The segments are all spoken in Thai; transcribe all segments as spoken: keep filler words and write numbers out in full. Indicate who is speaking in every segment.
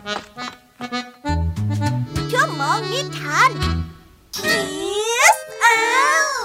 Speaker 1: ชั่วโมงนิทาน Kiss Out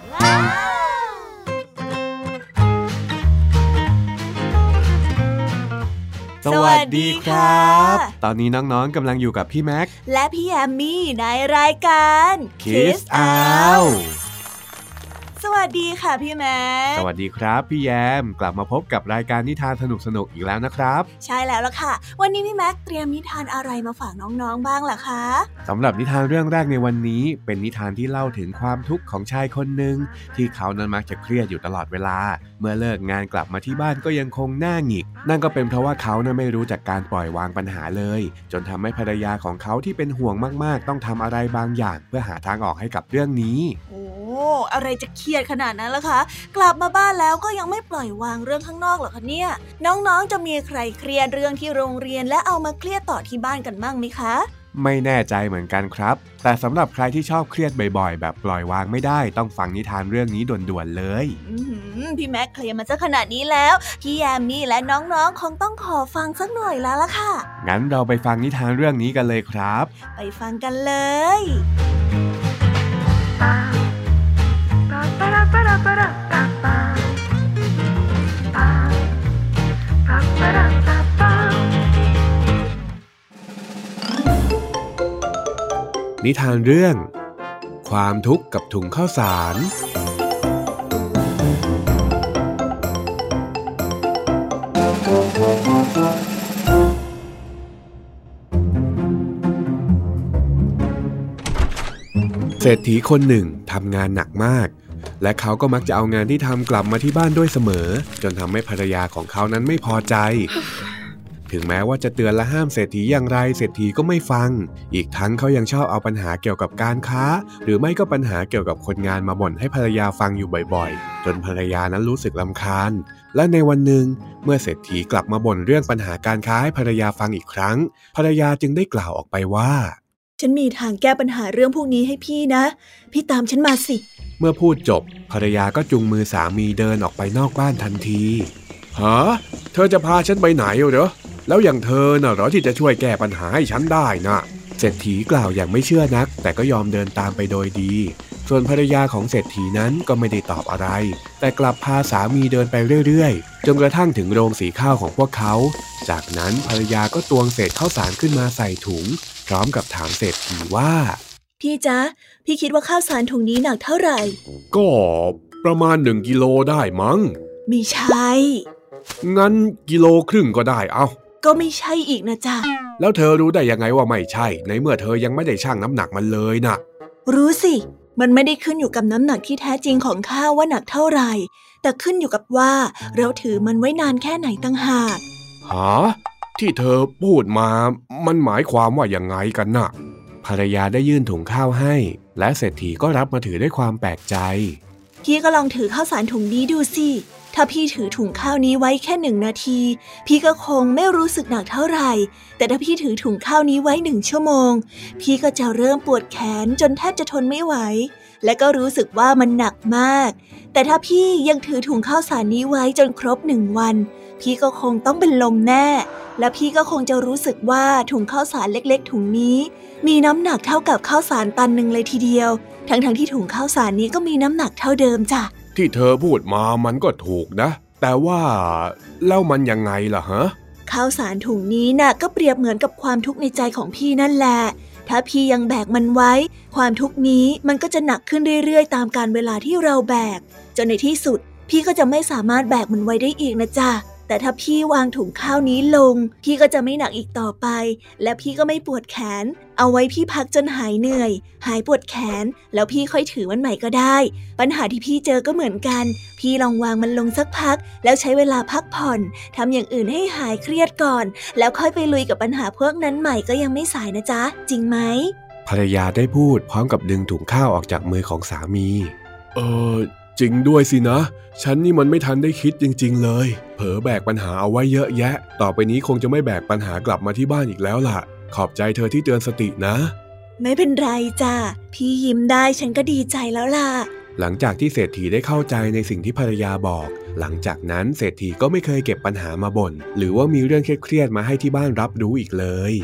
Speaker 2: สวัสดีครับตอนนี้น้องๆกำลังอยู่กับพี่แม็ก
Speaker 1: และพี่แอมมี่ในรายการ
Speaker 2: Kiss Out
Speaker 1: สวัสดีค่ะพี่แม็ก
Speaker 2: สวัสดีครับพี่แยมกลับมาพบกับรายการนิทานสนุกๆอีกแล้วนะครับ
Speaker 1: ใช่แล้วล่ะค่ะวันนี้พี่แม็กเตรียมนิทานอะไรมาฝากน้องๆบ้างล่ะคะ
Speaker 2: สำหรับนิทานเรื่องแรกในวันนี้เป็นนิทานที่เล่าถึงความทุกข์ของชายคนหนึ่งที่เขานั้นมักจะเครียดอยู่ตลอดเวลาเมื่อเลิกงานกลับมาที่บ้านก็ยังคงหน้าหงิกนั่นก็เป็นเพราะว่าเขานั้นไม่รู้จักการปล่อยวางปัญหาเลยจนทำให้ภรรยาของเขาที่เป็นห่วงมากๆต้องทำอะไรบางอย่างเพื่อหาทางออกให้กับเรื่องนี้
Speaker 1: โอ้อะไรจะเครียดขนาดนั้นล่ะคะกลับมาบ้านแล้วก็ยังไม่ปล่อยวางเรื่องข้างนอกเหรอคะเนี่ยน้องๆจะมีใครเครียดเรื่องที่โรงเรียนและเอามาเครียดต่อที่บ้านกันบ้างไหมคะ
Speaker 2: ไม่แน่ใจเหมือนกันครับแต่สำหรับใครที่ชอบเครียดบ่อยๆแบบปล่อยวางไม่ได้ต้องฟังนิทานเรื่องนี้ด่วนๆเลย
Speaker 1: พี่แม็กเคลียร์มาซะขนาดนี้แล้วพี่แยมมี่และน้องๆคงต้องขอฟังสักหน่อยแล้วล่ะค่ะ
Speaker 2: งั้นเราไปฟังนิทานเรื่องนี้กันเลยครับ
Speaker 1: ไปฟังกันเลย
Speaker 2: นิทานเรื่องความทุกข์กับถุงข้าวสารเศรษฐีคนหนึ่งทำงานหนักมากและเขาก็มักจะเอางานที่ทำกลับมาที่บ้านด้วยเสมอจนทำให้ภรรยาของเขานั้นไม่พอใจถึงแม้ว่าจะเตือนและห้ามเศรษฐีอย่างไรเศรษฐีก็ไม่ฟังอีกทั้งเขายังชอบเอาปัญหาเกี่ยวกับการค้าหรือไม่ก็ปัญหาเกี่ยวกับคนงานมาบ่นให้ภรรยาฟังอยู่บ่อยๆจนภรรยานั้นรู้สึกรำคาญและในวันหนึ่งเมื่อเศรษฐีกลับมาบ่นเรื่องปัญหาการค้าให้ภรรยาฟังอีกครั้งภรรยาจึงได้กล่าวออกไปว่า
Speaker 1: ฉันมีทางแก้ปัญหาเรื่องพวกนี้ให้พี่นะพี่ตามฉันมาสิ
Speaker 2: เมื่อพูดจบภรรยาก็จูงมือสามีเดินออกไปนอกบ้านทันทีฮะเธอจะพาฉันไปไหนเหรอแล้วอย่างเธอน่ะเหรอที่จะช่วยแก้ปัญหาให้ฉันได้นะเศรษฐีกล่าวอย่างไม่เชื่อนักแต่ก็ยอมเดินตามไปโดยดีส่วนภรรยาของเศรษฐีนั้นก็ไม่ได้ตอบอะไรแต่กลับพาสามีเดินไปเรื่อยๆจนกระทั่งถึงโรงสีข้าวของพวกเขาจากนั้นภรรยาก็ตวงเศษข้าวสารขึ้นมาใส่ถุงพร้อมกับถามเศรษฐีว่า
Speaker 1: พี่จ๊ะพี่คิดว่าข้าวสารถุงนี้หนักเท่าไหร่
Speaker 2: ก็ประมาณหนึ่งกิโลได้มั้ง
Speaker 1: ไม่ใช่
Speaker 2: งั้นกิโลครึ่งก็ได้เอ้า
Speaker 1: ก็ไม่ใช่อีกนะจ๊ะ
Speaker 2: แล้วเธอรู้ได้ยังไงว่าไม่ใช่ในเมื่อเธอยังไม่ได้ชั่งน้ำหนักมันเลยนะ
Speaker 1: รู้สิมันไม่ได้ขึ้นอยู่กับน้ำหนักที่แท้จริงของข้าวว่าหนักเท่าไหร่แต่ขึ้นอยู่กับว่าเราถือมันไว้นานแค่ไหนต่างหาก
Speaker 2: ฮะที่เธอพูดมามันหมายความว่ายังไงกันน่ะภรรยาได้ยื่นถุงข้าวให้และเศรษฐีก็รับมาถือด้วยความแปลกใจ
Speaker 1: พี่ก็ลองถือข้าวสารถุงนี้ดูสิถ้าพี่ถือถุงข้าวนี้ไว้แค่หนึ่งนาทีพี่ก็คงไม่รู้สึกหนักเท่าไหร่แต่ถ้าพี่ถือถุงข้าวนี้ไว้หนึ่งชั่วโมงพี่ก็จะเริ่มปวดแขนจนแทบจะทนไม่ไหวและก็รู้สึกว่ามันหนักมากแต่ถ้าพี่ยังถือถุงข้าวสารนี้ไว้จนครบหนึ่งวันพี่ก็คงต้องเป็นลมแน่และพี่ก็คงจะรู้สึกว่าถุงข้าวสารเล็กๆถุงนี้มีน้ำหนักเท่ากับข้าวสารตันหนึ่งเลยทีเดียวทั้งๆที่ถุงข้าวสารนี้ก็มีน้ำหนักเท่าเดิมจ้ะ
Speaker 2: ที่เธอพูดมามันก็ถูกนะแต่ว่าแล้วมันยังไงล่ะฮะ
Speaker 1: ข้าวสารถุงนี้น่ะก็เปรียบเหมือนกับความทุกข์ในใจของพี่นั่นแหละถ้าพี่ยังแบกมันไว้ความทุกข์นี้มันก็จะหนักขึ้นเรื่อยๆตามกาลเวลาที่เราแบกจนในที่สุดพี่ก็จะไม่สามารถแบกมันไว้ได้อีกนะจ๊ะแต่ถ้าพี่วางถุงข้าวนี้ลงพี่ก็จะไม่หนักอีกต่อไปและพี่ก็ไม่ปวดแขนเอาไว้พี่พักจนหายเหนื่อยหายปวดแขนแล้วพี่ค่อยถือมันใหม่ก็ได้ปัญหาที่พี่เจอก็เหมือนกันพี่ลองวางมันลงสักพักแล้วใช้เวลาพักผ่อนทำอย่างอื่นให้หายเครียดก่อนแล้วค่อยไปลุยกับปัญหาพวกนั้นใหม่ก็ยังไม่สายนะจ๊ะจริงไหม
Speaker 2: ภรรยาได้พูดพร้อมกับดึงถุงข้าวออกจากมือของสามีเออจริงด้วยสินะฉันนี่มันไม่ทันได้คิดจริงๆเลยเผลอแบกปัญหาเอาไว้เยอะแยะต่อไปนี้คงจะไม่แบกปัญหากลับมาที่บ้านอีกแล้วล่ะขอบใจเธอที่เตือนสตินะ
Speaker 1: ไม่เป็นไรจ้ะพี่ยิ้มได้ฉันก็ดีใจแล้วล่ะ
Speaker 2: หลังจากที่เศรษฐีได้เข้าใจในสิ่งที่ภรรยาบอกหลังจากนั้นเศรษฐีก็ไม่เคยเก็บปัญหามาบ่นหรือว่ามีเรื่องเครียดๆมาให้ที่บ้านรับรู้อีกเลย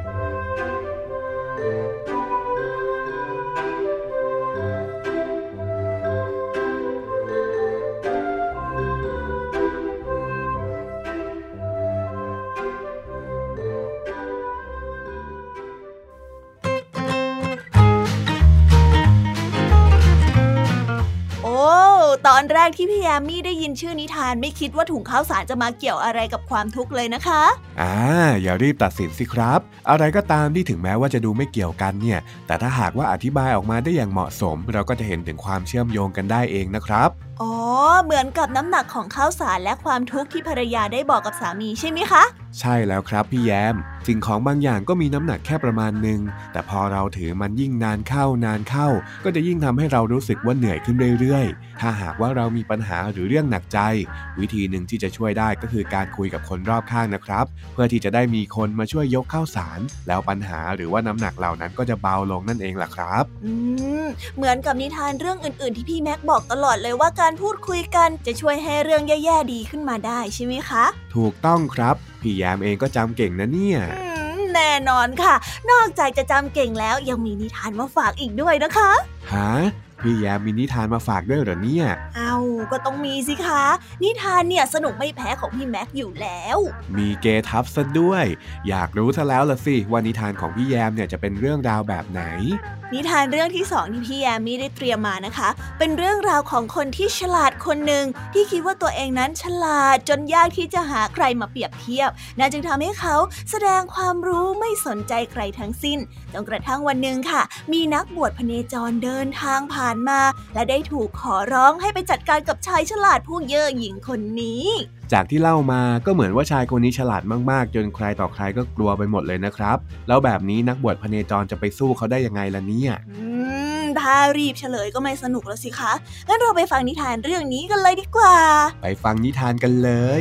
Speaker 1: ตอนแรกที่พี่แยมมี่ได้ยินชื่อนิทานไม่คิดว่าถุงข้าวสารจะมาเกี่ยวอะไรกับความทุกข์เลยนะคะ
Speaker 2: อ่าอย่ารีบตัดสินสิครับอะไรก็ตามที่ถึงแม้ว่าจะดูไม่เกี่ยวกันเนี่ยแต่ถ้าหากว่าอธิบายออกมาได้อย่างเหมาะสมเราก็จะเห็นถึงความเชื่อมโยงกันได้เองนะครับ
Speaker 1: อ๋อเหมือนกับน้ำหนักของข้าวสารและความทุกข์ที่ภรรยาได้บอกกับสามีใช่ไหมคะ
Speaker 2: ใช่แล้วครับพี่แยมสิ่งของบางอย่างก็มีน้ำหนักแค่ประมาณนึงแต่พอเราถือมันยิ่งนานเข้านานเข้าก็จะยิ่งทำให้เรารู้สึกว่าเหนื่อยขึ้นเรื่อยๆถ้าหากว่าเรามีปัญหาหรือเรื่องหนักใจวิธีหนึ่งที่จะช่วยได้ก็คือการคุยกับคนรอบข้างนะครับเพื่อที่จะได้มีคนมาช่วยยกข้าวสารแล้วปัญหาหรือว่าน้ำหนักเหล่านั้นก็จะเบาลงนั่นเองล่ะครับ
Speaker 1: อืมเหมือนกับนิทานเรื่องอื่นๆที่พี่แม็กบอกตลอดเลยว่าการพูดคุยกันจะช่วยให้เรื่องแย่ๆดีขึ้นมาได้ใช่ไหมคะ
Speaker 2: ถูกต้องครับพี่แยมเองก็จำเก่งนะเนี่ย
Speaker 1: แน่นอนค่ะนอกจากจะจำเก่งแล้วยังมีนิทานมาฝากอีกด้วยนะคะ
Speaker 2: ฮะพี่แยมมีนิทานมาฝากด้วยเหรอเนี่ย
Speaker 1: เอ้าก็ต้องมีสิคะนิทานเนี่ยสนุกไม่แพ้ของพี่แม็กอยู่แล้ว
Speaker 2: มีเกทับซะด้วยอยากรู้ซะแล้วล่ะสิว่านิทานของพี่แยมเนี่ยจะเป็นเรื่องราวแบบไหน
Speaker 1: นิทานเรื่องที่สองที่พี่แยมมี่ได้เตรียมมานะคะเป็นเรื่องราวของคนที่ฉลาดคนหนึ่งที่คิดว่าตัวเองนั้นฉลาดจนยากที่จะหาใครมาเปรียบเทียบนั่นจึงทำให้เขาแสดงความรู้ไม่สนใจใครทั้งสิ้นจนกระทั่งวันหนึ่งค่ะมีนักบวชพเนจรเดินทางผ่านมาและได้ถูกขอร้องให้ไปจัดการกับชายฉลาดผู้เย่อหยิ่งคนนี้
Speaker 2: จากที่เล่ามาก็เหมือนว่าชายคนนี้ฉลาดมากๆจนใครต่อใครก็กลัวไปหมดเลยนะครับแล้วแบบนี้นักบวชพเนจรจะไปสู้เขาได้ยังไงล่ะเนี่ย
Speaker 1: อืมถ้ารีบเฉลยก็ไม่สนุกแล้วสิคะงั้นเราไปฟังนิทานเรื่องนี้กันเลยดีกว่า
Speaker 2: ไปฟังนิทานกันเลย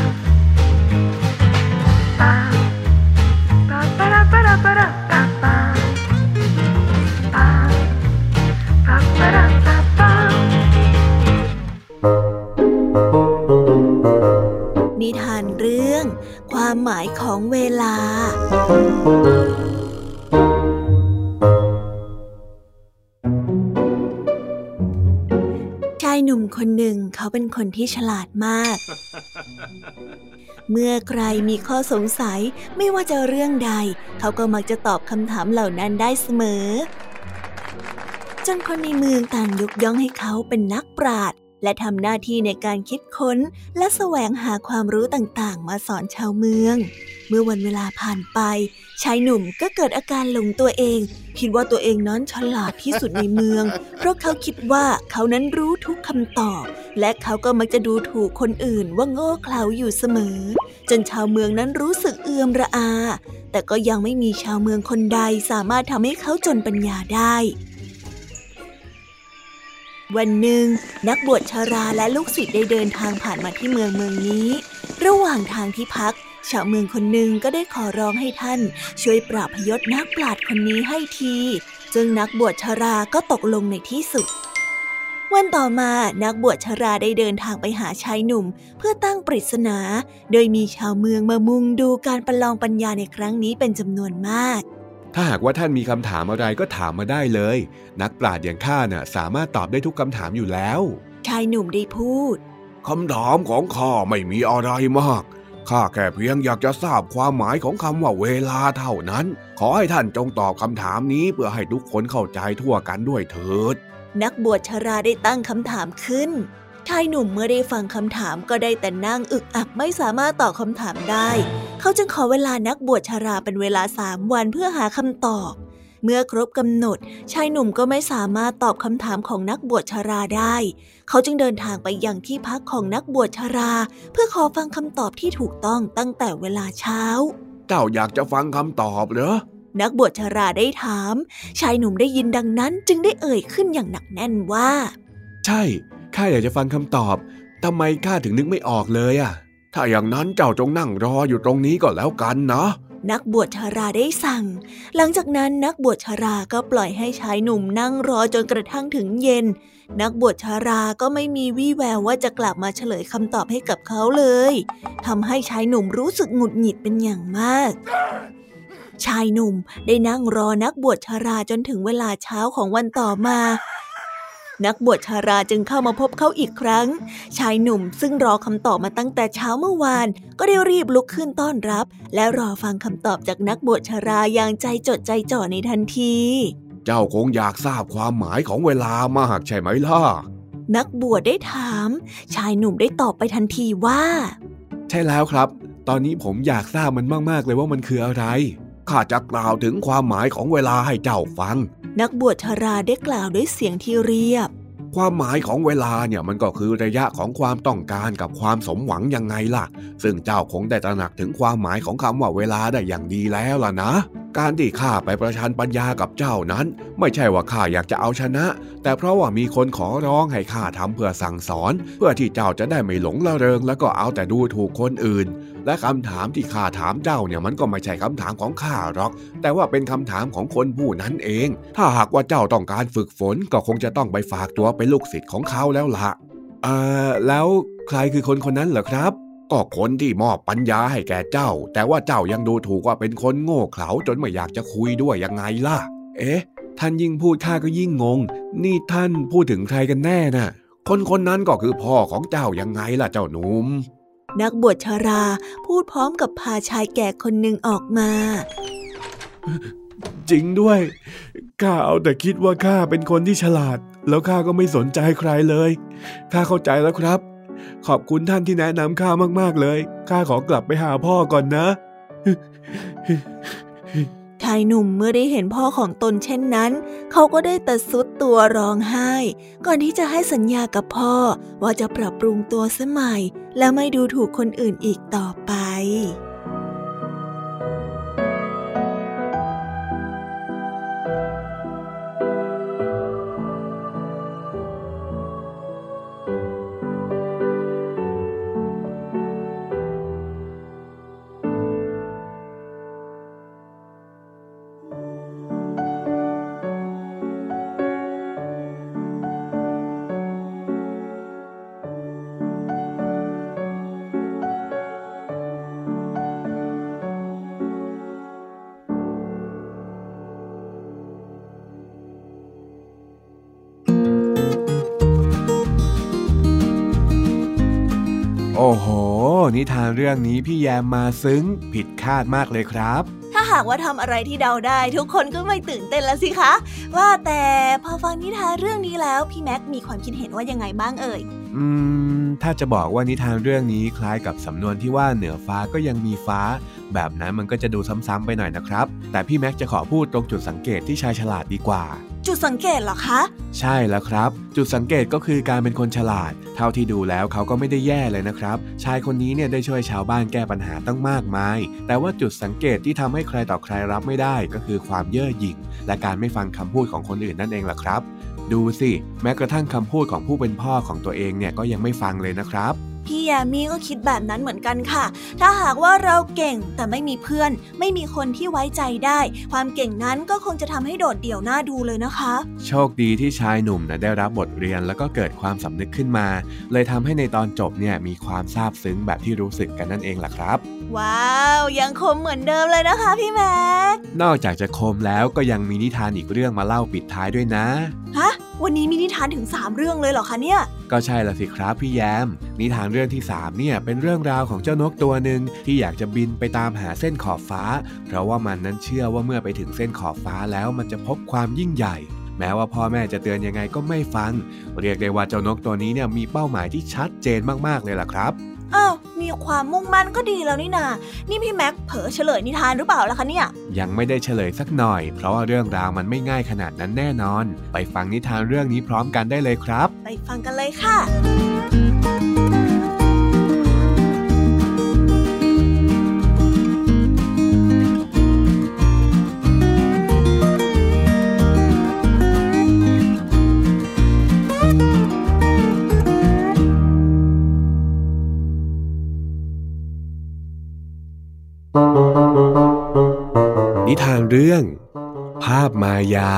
Speaker 1: นิทานเรื่องความหมายของเวลาชายหนุ่มคนหนึ่งเขาเป็นคนที่ฉลาดมาก เมื่อใครมีข้อสงสัยไม่ว่าจะเรื่องใดเขาก็มักจะตอบคำถามเหล่านั้นได้เสมอจนคนในเมืองต่างยกย่องให้เขาเป็นนักปราชญ์และทำหน้าที่ในการคิดค้นและแสวงหาความรู้ต่างๆมาสอนชาวเมืองเมื่อวันเวลาผ่านไปชายหนุ่มก็เกิดอาการหลงตัวเองคิดว่าตัวเองนั้นฉลาดที่สุดในเมืองเพราะเขาคิดว่าเขานั้นรู้ทุกคำตอบและเขาก็มักจะดูถูกคนอื่นว่าโง่เขลาอยู่เสมอจนชาวเมืองนั้นรู้สึกเอือมระอาแต่ก็ยังไม่มีชาวเมืองคนใดสามารถทำให้เขาจนปัญญาได้วันหนึ่งนักบวชชราและลูกศิษย์ได้เดินทางผ่านมาที่เมืองเมืองนี้ระหว่างทางที่พักชาวเมืองคนหนึ่งก็ได้ขอร้องให้ท่านช่วยปราบพยศนักปราชญ์คนนี้ให้ทีจึงนักบวชชราก็ตกลงในที่สุดวันต่อมานักบวชชราได้เดินทางไปหาชายหนุ่มเพื่อตั้งปริศนาโดยมีชาวเมืองมามุงดูการประลองปัญญาในครั้งนี้เป็นจำนวนมาก
Speaker 2: ถ้าหากว่าท่านมีคำถามอะไรก็ถามมาได้เลยนักปราชญ์อย่างข้าน่ะสามารถตอบได้ทุกคำถามอยู่แล้ว
Speaker 1: ชายหนุ่มได้พูด
Speaker 2: คำถามของข้าไม่มีอะไรมากข้าแค่เพียงอยากจะทราบความหมายของคำว่าเวลาเท่านั้นขอให้ท่านจงตอบคำถามนี้เพื่อให้ทุกคนเข้าใจทั่วกันด้วยเถิด
Speaker 1: นักบวชชราได้ตั้งคำถามขึ้นชายหนุ่มเมื่อได้ฟังคำถามก็ได้แต่นั่งอึกอักไม่สามารถตอบคำถามได้เขาจึงขอเวลานักบวชชราเป็นเวลาสามวันเพื่อหาคำตอบเมื่อครบกำหนดชายหนุ่มก็ไม่สามารถตอบคำถามของนักบวชชราได้เขาจึงเดินทางไปยังที่พักของนักบวชชราเพื่อขอฟังคำตอบที่ถูกต้องตั้งแต่เวลาเช้า
Speaker 2: เจ้าอยากจะฟังคำตอบเหรอ
Speaker 1: นักบวชชราได้ถามชายหนุ่มได้ยินดังนั้นจึงได้เอ่ยขึ้นอย่างหนักแน่นว่า
Speaker 2: ใช่ข้าอยากจะฟังคำตอบทำไมข้าถึงนึกไม่ออกเลยอ่ะถ้าอย่างนั้นเจ้าจงนั่งรออยู่ตรงนี้ก็แล้วกันนะ
Speaker 1: นักบวชชราได้สั่งหลังจากนั้นนักบวชชราก็ปล่อยให้ชายหนุ่มนั่งรอจนกระทั่งถึงเย็นนักบวชชราก็ไม่มีวี่แววว่าจะกลับมาเฉลยคำตอบให้กับเขาเลยทำให้ชายหนุ่มรู้สึกหงุดหงิดเป็นอย่างมากชายหนุ่มได้นั่งรอนักบวชชราจนถึงเวลาเช้าของวันต่อมานักบวชชราจึงเข้ามาพบเขาอีกครั้งชายหนุ่มซึ่งรอคำตอบมาตั้งแต่เช้าเมื่อวานก็ได้รีบลุกขึ้นต้อนรับและรอฟังคำตอบจากนักบวชชราอย่างใจจดใจจ่อในทันที
Speaker 2: เจ้าคงอยากทราบความหมายของเวลามากใช่ไหมล่ะ
Speaker 1: นักบวชได้ถามชายหนุ่มได้ตอบไปทันทีว่า
Speaker 2: ใช่แล้วครับตอนนี้ผมอยากทราบมันมากๆเลยว่ามันคืออะไรข้าจะกล่าวถึงความหมายของเวลาให้เจ้าฟัง
Speaker 1: นักบวชชราได้กล่าวด้วยเสียงที่เรียบ
Speaker 2: ความหมายของเวลาเนี่ยมันก็คือระยะของความต้องการกับความสมหวังยังไงล่ะซึ่งเจ้าคงได้ตระหนักถึงความหมายของคำว่าเวลาได้อย่างดีแล้วล่ะนะการที่ข้าไปประชันปัญญากับเจ้านั้นไม่ใช่ว่าข้าอยากจะเอาชนะแต่เพราะว่ามีคนขอร้องให้ข้าทำเพื่อสั่งสอนเพื่อที่เจ้าจะได้ไม่หลงละเริงแล้วก็เอาแต่ดูถูกคนอื่นและคำถามที่ข้าถามเจ้าเนี่ยมันก็ไม่ใช่คำถามของข้าหรอกแต่ว่าเป็นคำถามของคนผู้นั้นเองถ้าหากว่าเจ้าต้องการฝึกฝนก็คงจะต้องไปฝากตัวเป็นลูกศิษย์ของเขาแล้วล่ะเอ่อแล้วใครคือคนคนนั้นเหรอครับก็คนที่มอบปัญญาให้แก่เจ้าแต่ว่าเจ้ายังดูถูกว่าเป็นคนโง่เขลาจนไม่อยากจะคุยด้วยยังไงล่ะเอ๊ะท่านยิ่งพูดข้าก็ยิ่งงงนี่ท่านพูดถึงใครกันแน่น่ะคนคนนั้นก็คือพ่อของเจ้ายังไงล่ะเจ้าหนุ่ม
Speaker 1: นักบวชชราพูดพร้อมกับพาชายแก่คนหนึ่งออกมา
Speaker 2: จริงด้วยข้าเอาแต่คิดว่าข้าเป็นคนที่ฉลาดแล้วข้าก็ไม่สนใจใครเลยข้าเข้าใจแล้วครับขอบคุณท่านที่แนะนำข้ามากๆเลยข้าขอกลับไปหาพ่อก่อนนะ
Speaker 1: ชายหนุ่มเมื่อได้เห็นพ่อของตนเช่นนั้นเขาก็ได้แต่ทรุดตัวร้องไห้ก่อนที่จะให้สัญญากับพ่อว่าจะปรับปรุงตัวเสียใหม่และไม่ดูถูกคนอื่นอีกต่อไป
Speaker 2: โอ้โหนิทานเรื่องนี้พี่แยมมาซึ้งผิดคาดมากเลยครับ
Speaker 1: ถ้าหากว่าทำอะไรที่เดาได้ทุกคนก็ไม่ตื่นเต้นแล้วสิคะว่าแต่พอฟังนิทานเรื่องนี้แล้วพี่แม็กมีความคิดเห็นว่ายังไงบ้างเอ่ย
Speaker 2: อืมถ้าจะบอกว่านิทานเรื่องนี้คล้ายกับสำนวนที่ว่าเหนือฟ้าก็ยังมีฟ้าแบบนั้นมันก็จะดูซ้ำๆไปหน่อยนะครับแต่พี่แม็กจะขอพูดตรงจุดสังเกตที่ชายฉลาดดีกว่า
Speaker 1: จุดสังเกตเหรอคะ
Speaker 2: ใช่แล้วครับจุดสังเกตก็คือการเป็นคนฉลาดเท่าที่ดูแล้วเขาก็ไม่ได้แย่เลยนะครับชายคนนี้เนี่ยได้ช่วยชาวบ้านแก้ปัญหาตั้งมากมายแต่ว่าจุดสังเกตที่ทำให้ใครต่อใครรับไม่ได้ก็คือความเย่อหยิ่งและการไม่ฟังคำพูดของคนอื่นนั่นเองล่ะครับดูสิแม้กระทั่งคำพูดของผู้เป็นพ่อของตัวเองเนี่ยก็ยังไม่ฟังเลยนะครับ
Speaker 1: พี่แยมมี่ก็คิดแบบนั้นเหมือนกันค่ะถ้าหากว่าเราเก่งแต่ไม่มีเพื่อนไม่มีคนที่ไว้ใจได้ความเก่งนั้นก็คงจะทำให้โดดเดี่ยวน่าดูเลยนะคะ
Speaker 2: โชคดีที่ชายหนุ่มนะได้รับบทเรียนแล้วก็เกิดความสำนึกขึ้นมาเลยทำให้ในตอนจบเนี่ยมีความซาบซึ้งแบบที่รู้สึกกันนั่นเองล่ะครับ
Speaker 1: ว้าวยังคมเหมือนเดิมเลยนะคะพี่แม็ก
Speaker 2: นอกจากจะคมแล้วก็ยังมีนิทานอีกเรื่องมาเล่าปิดท้ายด้วยนะ
Speaker 1: ฮะวันนี้มีนิทานถึงสามเรื่องเลยเหรอคะเนี่ย
Speaker 2: ก็ใช่ละสิครับพี่แยมนิทานเรื่องที่สามเนี่ยเป็นเรื่องราวของเจ้านกตัวหนึ่งที่อยากจะบินไปตามหาเส้นขอบฟ้าเพราะว่ามันนั้นเชื่อว่าเมื่อไปถึงเส้นขอบฟ้าแล้วมันจะพบความยิ่งใหญ่แม้ว่าพ่อแม่จะเตือนยังไงก็ไม่ฟังเรียกได้ว่าเจ้านกตัวนี้เนี่ยมีเป้าหมายที่ชัดเจนมากๆเลยล่ะครับ
Speaker 1: อ้าวมีความมุ่งมั่นก็ดีแล้วนี่นานี่พี่แม็กเผลอเฉลยนิทานหรือเปล่าล่ะคะเนี่ย
Speaker 2: ยังไม่ได้เฉลยสักหน่อยเพราะว่าเรื่องราวมันไม่ง่ายขนาดนั้นแน่นอนไปฟังนิทานเรื่องนี้พร้อมกันได้เลยครับ
Speaker 1: ไปฟังกันเลยค่ะ
Speaker 2: นิทานเรื่องภาพมายา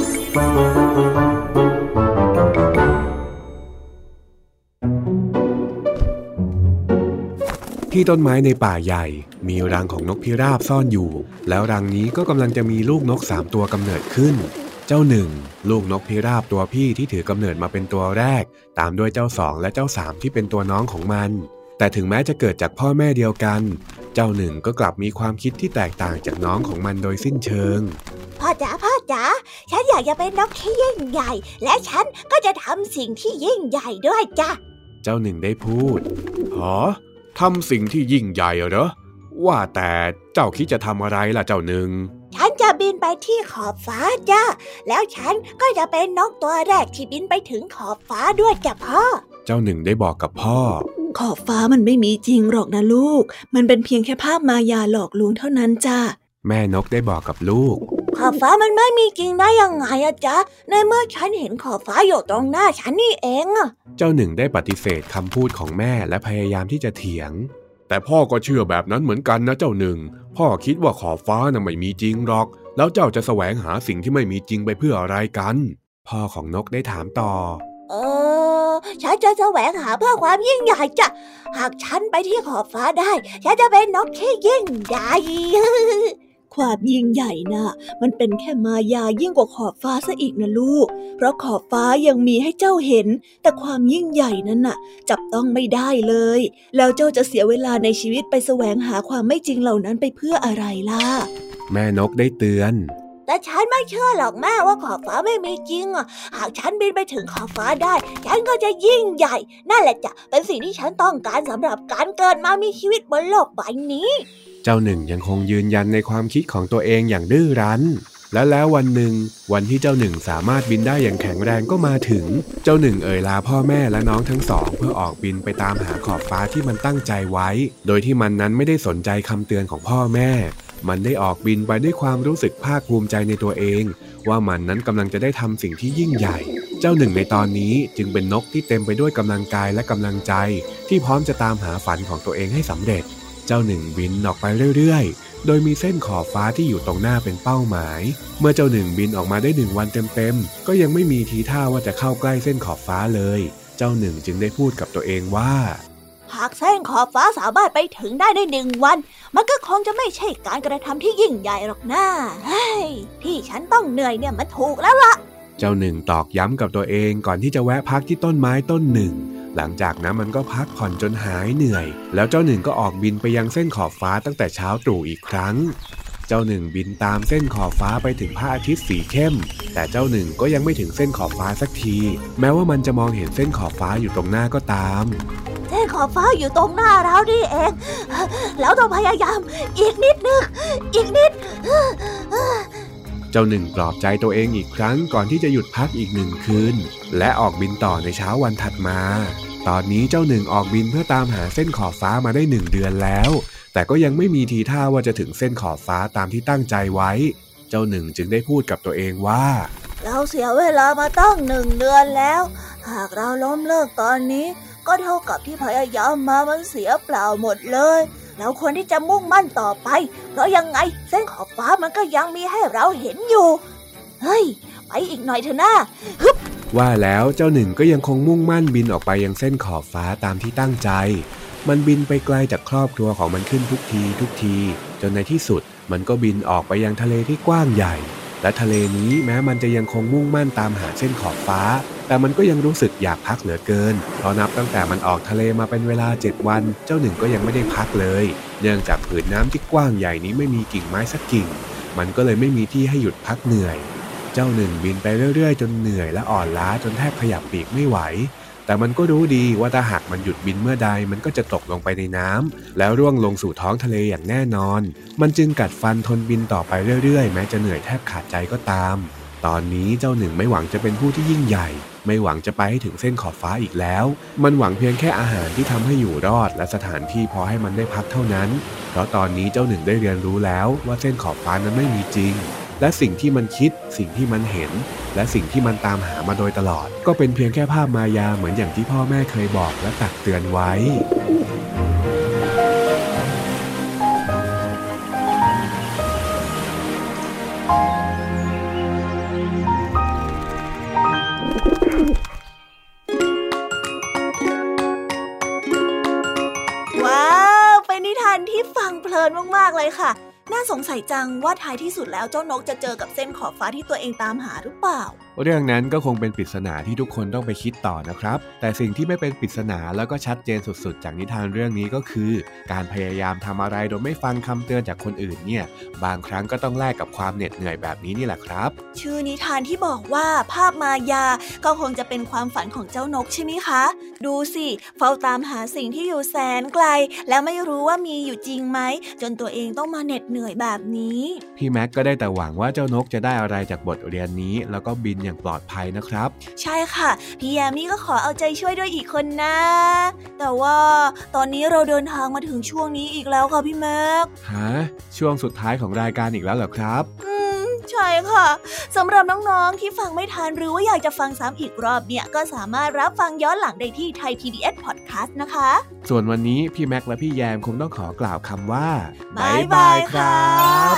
Speaker 2: ที่ต้นไม้ในป่าใหญ่มีรังของนกพิราบซ่อนอยู่แล้วรังนี้ก็กำลังจะมีลูกนกสามตัวกำเนิดขึ้นเจ้าหนึ่งลูกนกพิราบตัวพี่ที่ถือกำเนิดมาเป็นตัวแรกตามด้วยเจ้าสองและเจ้าสามที่เป็นตัวน้องของมันแต่ถึงแม้จะเกิดจากพ่อแม่เดียวกันเจ้าหนึ่งก็กลับมีความคิดที่แตกต่างจากน้องของมันโดยสิ้นเชิง
Speaker 3: พ่อจ๋าพ่อจ๋าฉันอยากจะเป็นนกที่ยิ่งใหญ่และฉันก็จะทำสิ่งที่ยิ่งใหญ่ด้วยจ้ะ
Speaker 2: เจ้าหนึ่งได้พูดหรอทำสิ่งที่ยิ่งใหญ่เหรอว่าแต่เจ้าคิดจะทำอะไรล่ะเจ้าหนึ่ง
Speaker 3: ฉันจะบินไปที่ขอบฟ้าจ้ะแล้วฉันก็จะเป็นนกตัวแรกที่บินไปถึงขอบฟ้าด้วยจ้ะพ่อ
Speaker 2: เจ้าหนึ่งได้บอกกับพ่อ
Speaker 1: ขอบฟ้ามันไม่มีจริงหรอกนะลูกมันเป็นเพียงแค่ภาพมายาหลอกลวงเท่านั้นจ้ะ
Speaker 2: แม่นกได้บอกกับลูก
Speaker 3: ขอบฟ้ามันไม่มีจริงได้ยังไงอะจ๊ะในเมื่อฉันเห็นขอบฟ้าอยู่ตรงหน้าฉันนี่เองอะ
Speaker 2: เจ้าหนึ่งได้ปฏิเสธคำพูดของแม่และพยายามที่จะเถียงแต่พ่อก็เชื่อแบบนั้นเหมือนกันนะเจ้าหนึ่งพ่อคิดว่าขอบฟ้าน่ะไม่มีจริงหรอกแล้วเจ้าจะแสวงหาสิ่งที่ไม่มีจริงไปเพื่ออะไรกันพ่อของนกได้ถามต่อ
Speaker 3: เออฉันจะแสวงหาเพื่อความยิ่งใหญ่จ้ะหากฉันไปที่ขอบฟ้าได้ฉันจะเป็นนกที่ยิ่งใหญ่
Speaker 1: ความยิ่งใหญ่น่ะมันเป็นแค่มายายิ่งกว่าขอบฟ้าซะอีกนะลูกเพราะขอบฟ้ายังมีให้เจ้าเห็นแต่ความยิ่งใหญ่นั้นน่ะจับต้องไม่ได้เลยแล้วเจ้าจะเสียเวลาในชีวิตไปแสวงหาความไม่จริงเหล่านั้นไปเพื่ออะไรล่ะ
Speaker 2: แม่นกได้เตือน
Speaker 3: แต่ฉันไม่เชื่อหรอกแม่ว่าขอบฟ้าไม่มีจริงอ่ะหากฉันบินไปถึงขอบฟ้าได้ฉันก็จะยิ่งใหญ่นั่นแหละจ้ะเป็นสิ่งที่ฉันต้องการสำหรับการเกิดมามีชีวิตบนโลกใบนี้
Speaker 2: เจ้าหนึ่งยังคงยืนยันในความคิดของตัวเองอย่างดื้อรั้นและแล้ววันหนึ่งวันที่เจ้าหนึ่งสามารถบินได้อย่างแข็งแรงก็มาถึงเจ้าหนึ่งเอ่ยลาพ่อแม่และน้องทั้งสองเพื่อออกบินไปตามหาขอบฟ้าที่มันตั้งใจไว้โดยที่มันนั้นไม่ได้สนใจคำเตือนของพ่อแม่มันได้ออกบินไปด้วยความรู้สึกภาคภูมิใจในตัวเองว่ามันนั้นกำลังจะได้ทำสิ่งที่ยิ่งใหญ่เจ้าหนึ่งในตอนนี้จึงเป็นนกที่เต็มไปด้วยกำลังกายและกำลังใจที่พร้อมจะตามหาฝันของตัวเองให้สำเร็จเจ้าหนึ่งบินออกไปเรื่อยๆโดยมีเส้นขอบฟ้าที่อยู่ตรงหน้าเป็นเป้าหมายเมื่อเจ้าหนึ่งบินออกมาได้หนึ่งวันเต็มๆก็ยังไม่มีทีท่าว่าจะเข้าใกล้เส้นขอบฟ้าเลยเจ้าหนึ่งจึงได้พูดกับตัวเองว่า
Speaker 3: หากเส้นขอบฟ้าสามารถไปถึงได้ในหนึ่งวันมันก็คงจะไม่ใช่การกระทำที่ยิ่งใหญ่หรอกนะเฮ้ยที่ฉันต้องเหนื่อยเนี่ยมันถูกแล้วล่ะ
Speaker 2: เจ้าหนึ่งตอกย้ำกับตัวเองก่อนที่จะแวะพักที่ต้นไม้ต้นหนึ่งหลังจากนั้นมันก็พักผ่อนจนหายเหนื่อยแล้วเจ้าหนึ่งก็ออกบินไปยังเส้นขอบฟ้าตั้งแต่เช้าตรู่อีกครั้งเจ้าหนึ่งบินตามเส้นขอบฟ้าไปถึงพระอาทิตย์สีเข้มแต่เจ้าหนึ่งก็ยังไม่ถึงเส้นขอบฟ้าสักทีแม้ว่ามันจะมองเห็นเส้นขอบฟ้าอยู่ตรงหน้าก็ตาม
Speaker 3: เส้นขอบฟ้าอยู่ตรงหน้าเรานี่เองแล้วต้องพยายามอีกนิดนึงอีกนิด
Speaker 2: เจ้าหนึ่งปลอบใจตัวเองอีกครั้งก่อนที่จะหยุดพักอีกหนึ่งคืนและออกบินต่อในเช้าวันถัดมาตอนนี้เจ้าหนึ่งออกบินเพื่อตามหาเส้นขอบฟ้ามาได้หนึ่งเดือนแล้วแต่ก็ยังไม่มีทีท่าว่าจะถึงเส้นขอบฟ้าตามที่ตั้งใจไว้เจ้าหนึ่งจึงได้พูดกับตัวเองว่า
Speaker 3: เราเสียเวลามาตั้งหนึ่งเดือนแล้วหากเราล้มเลิกตอนนี้ก็เท่ากับที่พยายามมามันเสียเปล่าหมดเลยเราควรที่จะมุ่งมั่นต่อไปเพราะยังไงเส้นขอบฟ้ามันก็ยังมีให้เราเห็นอยู่เฮ้ยไปอีกหน่อยเถอะนะฮึบ
Speaker 2: ว่าแล้วเจ้าหนึ่งก็ยังคงมุ่งมั่นบินออกไปยังเส้นขอบฟ้าตามที่ตั้งใจมันบินไปไกลจากครอบครัวของมันขึ้นทุกทีทุกทีจนในที่สุดมันก็บินออกไปยังทะเลที่กว้างใหญ่และทะเลนี้แม้มันจะยังคงมุ่งมั่นตามหาเส้นขอบฟ้าแต่มันก็ยังรู้สึกอยากพักเหลือเกินเพราะนับตั้งแต่มันออกทะเลมาเป็นเวลาเจ็ดวันเจ้าหนึ่งก็ยังไม่ได้พักเลยเนื่องจากผืนน้ำที่กว้างใหญ่นี้ไม่มีกิ่งไม้สักกิ่งมันก็เลยไม่มีที่ให้หยุดพักเหนื่อยเจ้าหนึ่งบินไปเรื่อยๆจนเหนื่อยและอ่อนล้าจนแทบขยับปีกไม่ไหวแต่มันก็รู้ดีว่าถ้าหากมันหยุดบินเมื่อใดมันก็จะตกลงไปในน้ำแล้วร่วงลงสู่ท้องทะเลอย่างแน่นอนมันจึงกัดฟันทนบินต่อไปเรื่อยๆแม้จะเหนื่อยแทบขาดใจก็ตามตอนนี้เจ้าหนึ่งไม่หวังจะเป็นผู้ที่ยิ่งใหญ่ไม่หวังจะไปให้ถึงเส้นขอบฟ้าอีกแล้วมันหวังเพียงแค่อาหารที่ทำให้อยู่รอดและสถานที่พอให้มันได้พักเท่านั้นเพราะตอนนี้เจ้าหนึ่งได้เรียนรู้แล้วว่าเส้นขอบฟ้านั้นไม่มีจริงและสิ่งที่มันคิดสิ่งที่มันเห็นและสิ่งที่มันตามหามาโดยตลอดก็เป็นเพียงแค่ภาพมายาเหมือนอย่างที่พ่อแม่เคยบอกและตักเตือนไว้
Speaker 1: ว้าวเป็นนิทานที่ฟังเพลินมากๆเลยค่ะน่าสงสัยจังว่าท้ายที่สุดแล้วเจ้านกจะเจอกับเส้นขอบฟ้าที่ตัวเองตามหาหรือเปล่า
Speaker 2: เรื่องนั้นก็คงเป็นปริศนาที่ทุกคนต้องไปคิดต่อนะครับแต่สิ่งที่ไม่เป็นปริศนาแล้วก็ชัดเจนสุดๆจากนิทานเรื่องนี้ก็คือการพยายามทำอะไรโดยไม่ฟังคำเตือนจากคนอื่นเนี่ยบางครั้งก็ต้องแลกกับความเหน็ดเหนื่อยแบบนี้นี่แหละครับ
Speaker 1: ชื่อนิทานที่บอกว่าภาพมายาก็คงจะเป็นความฝันของเจ้านกใช่ไหมคะดูสิเฝ้าตามหาสิ่งที่อยู่แสนไกลแล้วไม่รู้ว่ามีอยู่จริงไหมจนตัวเองต้องมาเหน็ดเหนื่อยแบบนี้
Speaker 2: พี่แม็กก็ได้แต่หวังว่าเจ้านกจะได้อะไรจากบทเรียนนี้แล้วก็บินอย่างปลอดภัยนะครับ
Speaker 1: ใช่ค่ะพี่แยมมี่ก็ขอเอาใจช่วยด้วยอีกคนนะแต่ว่าตอนนี้เราเดินทางมาถึงช่วงนี้อีกแล้วค่ะพี่แม็ก
Speaker 2: ฮะช่วงสุดท้ายของรายการอีกแล้วเหรอครับ
Speaker 1: อืมใช่ค่ะสำหรับน้องๆที่ฟังไม่ทันหรือว่าอยากจะฟังซ้ำอีกรอบเนี่ยก็สามารถรับฟังย้อนหลังได้ที่ Thai พี บี เอส Podcast นะคะ
Speaker 2: ส่วนวันนี้พี่แม็กและพี่แยมคงต้องขอกล่าวคำว่า
Speaker 1: บ๊ายบายครับ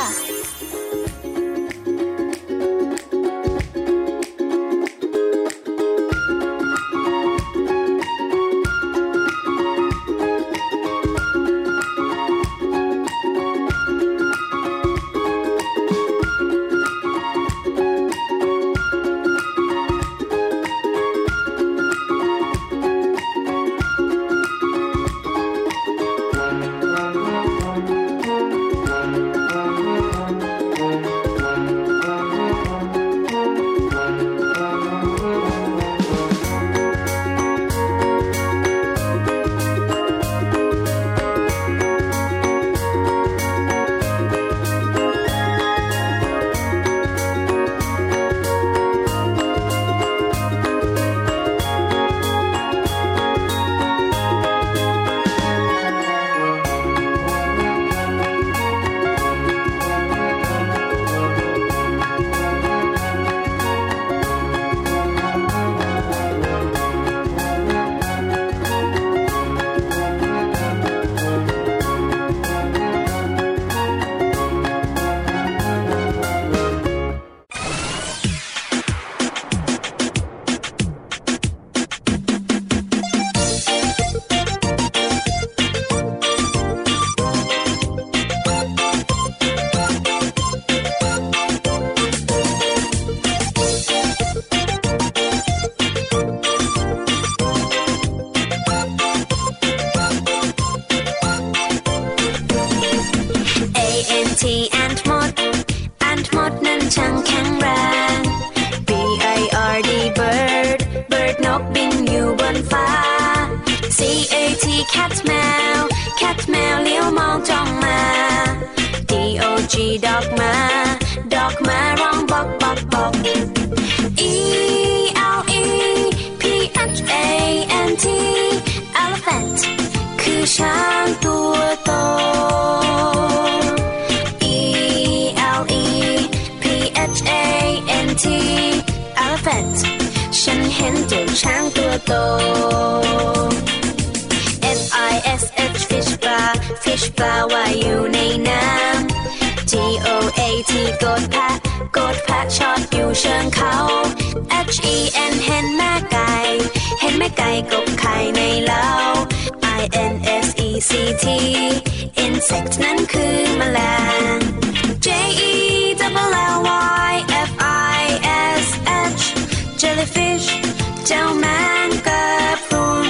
Speaker 4: insect นั้นคือแมลง J E L L Y F I S H jellyfish เจ้าแมงกะพรุน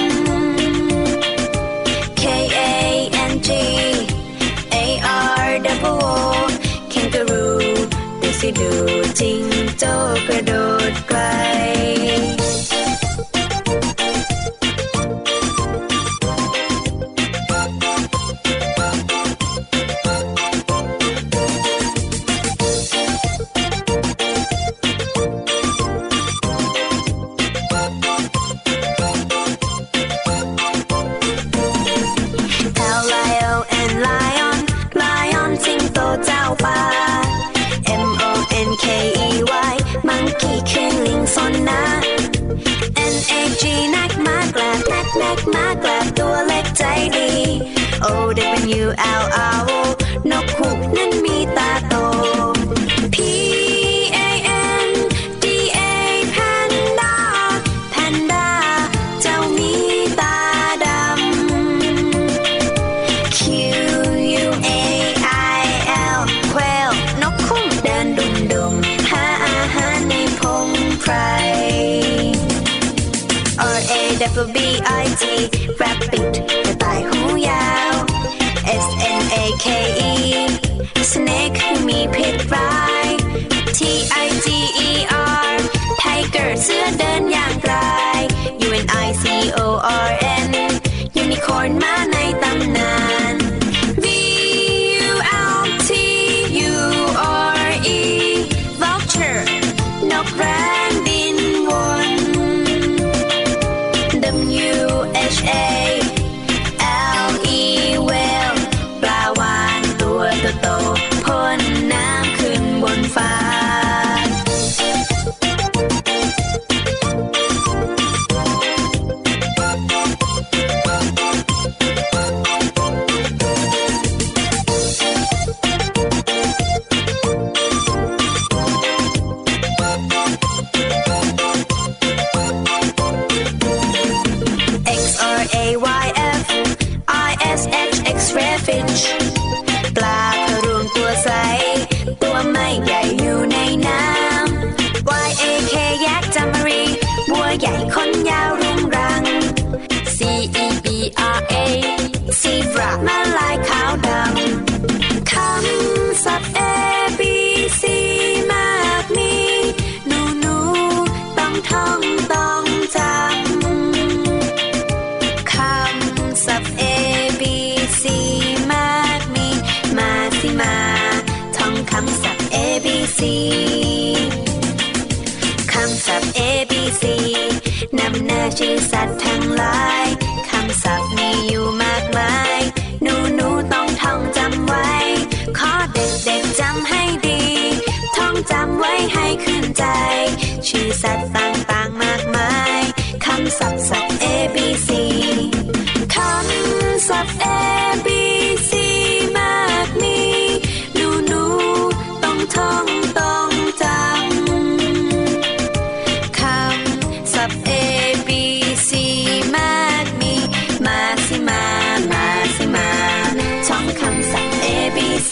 Speaker 4: K A N G A R O O kangaroo ดูสิดูจิงโจ้กระโดดไกลมากลับตัวเล็กใจดี O W L R O นกฮูกนั้นมีตาโต P T rabbit กระต่ายหูยาว S N A K E snake มีพิษร้าย T I G E R tiger เสือเดินอย่างไกล U N I C O R N unicorn ม้าในตำนาน V U L T U R E vulture นกแร้งบินวน W H A L E whale ปลาวาฬตัวโตๆพ่นน้ำขึ้นบนฟ้าปลาพะรูนตัวใสตัวไม่ใหญ่อยู่ในน้ำ Y A K ยักษ์จามรีบัวใหญ่ขนยาวรุงรัง C E B R A zebra ม้าลายขาวดำคำศัพท์ A B C มากมีหนูหนูต้องท่องต้องจำคำศัพท์ A B Cมาท่องคำศัพท์ A B C คำศัพท์ A B C นำหน้าชื่อสัตว์ทั้งหลายคำศัพท์มีอยู่มากมายหนูหนูต้องท่องจำไว้ขอเด็กๆจำให้ดีท่องจำไว้ให้ขึ้นใจชื่อสัตว์ต่างๆมากมายคำศัพท์ศัพท์ A B C คำศัพท์ A B C มากมีท่องต้องจำคำศัพท์ A B C มากมีมาสิมามาสิมาท่องคำศัพท์ A B C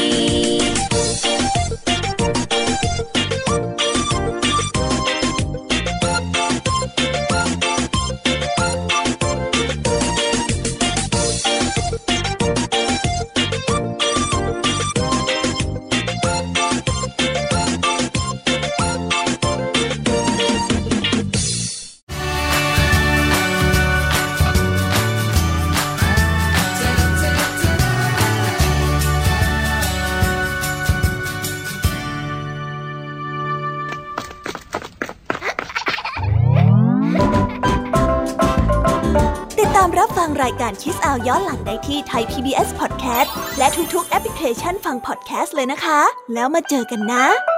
Speaker 1: รับฟังรายการ Kids Hour ย้อนหลังได้ที่ไทย พี บี เอส Podcast และทุกๆแอปพลิเคชันฟัง podcast เลยนะคะแล้วมาเจอกันนะ